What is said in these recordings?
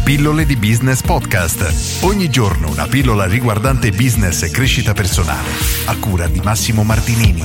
Pillole di Business Podcast. Ogni giorno una pillola riguardante business e crescita personale. A cura di Massimo Martinini.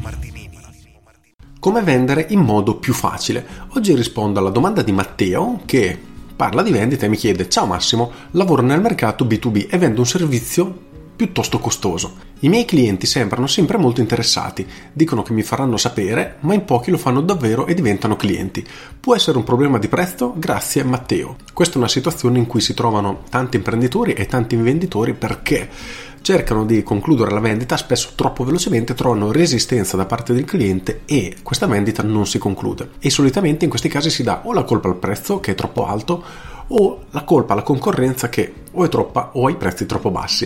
Come vendere in modo più facile? Oggi rispondo alla domanda di Matteo che parla di vendita e mi chiede: ciao Massimo, lavoro nel mercato B2B e vendo un servizio piuttosto costoso. I miei clienti sembrano sempre molto interessati, dicono che mi faranno sapere, ma in pochi lo fanno davvero e diventano clienti. Può essere un problema di prezzo? Grazie Matteo. Questa è una situazione in cui si trovano tanti imprenditori e tanti venditori perché cercano di concludere la vendita, spesso troppo velocemente trovano resistenza da parte del cliente e questa vendita non si conclude. E solitamente in questi casi si dà o la colpa al prezzo, che è troppo alto, o la colpa alla concorrenza, che o è troppa o ha i prezzi troppo bassi.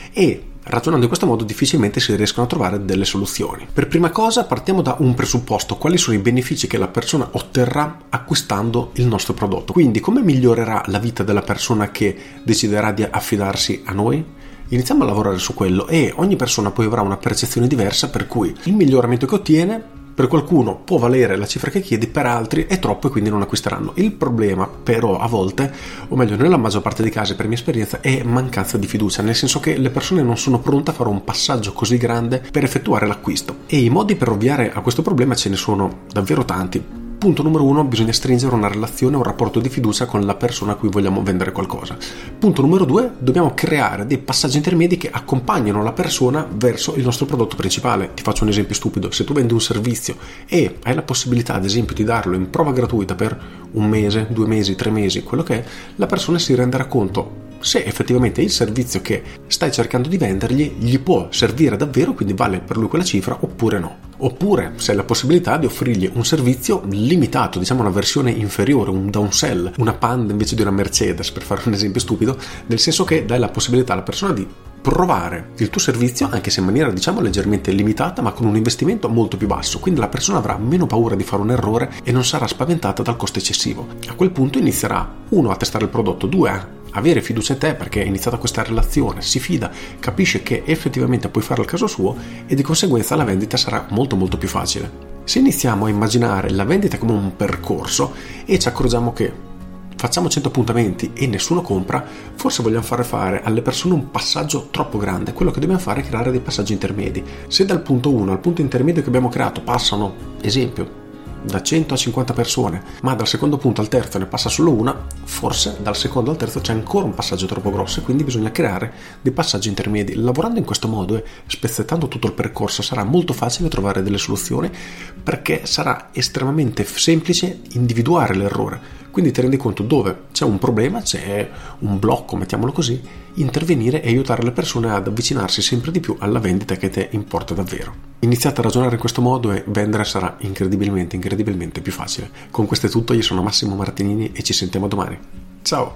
E ragionando in questo modo difficilmente si riescono a trovare delle soluzioni. Per prima cosa partiamo da un presupposto: quali sono i benefici che la persona otterrà acquistando il nostro prodotto. Quindi come migliorerà la vita della persona che deciderà di affidarsi a noi? Iniziamo a lavorare su quello e ogni persona poi avrà una percezione diversa, per cui il miglioramento che ottiene per qualcuno può valere la cifra che chiedi, per altri è troppo e quindi non acquisteranno. Il problema però a volte, o meglio nella maggior parte dei casi per mia esperienza, è mancanza di fiducia, nel senso che le persone non sono pronte a fare un passaggio così grande per effettuare l'acquisto. E i modi per ovviare a questo problema ce ne sono davvero tanti. Punto numero 1, bisogna stringere una relazione, un rapporto di fiducia con la persona a cui vogliamo vendere qualcosa. Punto numero 2, dobbiamo creare dei passaggi intermedi che accompagnano la persona verso il nostro prodotto principale. Ti faccio un esempio stupido: se tu vendi un servizio e hai la possibilità ad esempio di darlo in prova gratuita per un mese, 2 mesi, 3 mesi, quello che è, la persona si renderà conto se effettivamente il servizio che stai cercando di vendergli gli può servire davvero, quindi vale per lui quella cifra, oppure no. Oppure se hai la possibilità di offrirgli un servizio limitato, diciamo una versione inferiore, un downsell, una Panda invece di una Mercedes, per fare un esempio stupido, nel senso che dai la possibilità alla persona di provare il tuo servizio anche se in maniera diciamo leggermente limitata, ma con un investimento molto più basso, quindi la persona avrà meno paura di fare un errore e non sarà spaventata dal costo eccessivo. A quel punto inizierà 1 a testare il prodotto, 2 a avere fiducia in te perché è iniziata questa relazione, si fida, capisce che effettivamente puoi fare il caso suo e di conseguenza la vendita sarà molto molto più facile. Se iniziamo a immaginare la vendita come un percorso e ci accorgiamo che facciamo 100 appuntamenti e nessuno compra, forse vogliamo fare alle persone un passaggio troppo grande. Quello che dobbiamo fare è creare dei passaggi intermedi. Se dal punto 1 al punto intermedio che abbiamo creato passano, esempio, da 100 a 50 persone, ma dal secondo punto al terzo ne passa solo una, forse dal secondo al terzo c'è ancora un passaggio troppo grosso e quindi bisogna creare dei passaggi intermedi. Lavorando in questo modo e spezzettando tutto il percorso sarà molto facile trovare delle soluzioni, perché sarà estremamente semplice individuare l'errore. Quindi ti rendi conto dove c'è un problema, c'è un blocco, mettiamolo così, intervenire e aiutare le persone ad avvicinarsi sempre di più alla vendita che te importa davvero. Iniziate a ragionare in questo modo e vendere sarà incredibilmente più facile. Con questo è tutto, io sono Massimo Martinini e ci sentiamo domani. Ciao!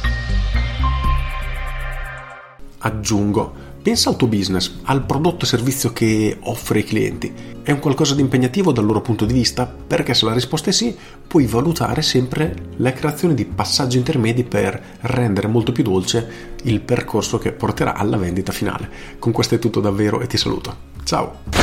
Aggiungo: pensa al tuo business, al prodotto e servizio che offri ai clienti. È un qualcosa di impegnativo dal loro punto di vista? Perché se la risposta è sì, puoi valutare sempre la creazione di passaggi intermedi per rendere molto più dolce il percorso che porterà alla vendita finale. Con questo è tutto davvero e ti saluto. Ciao!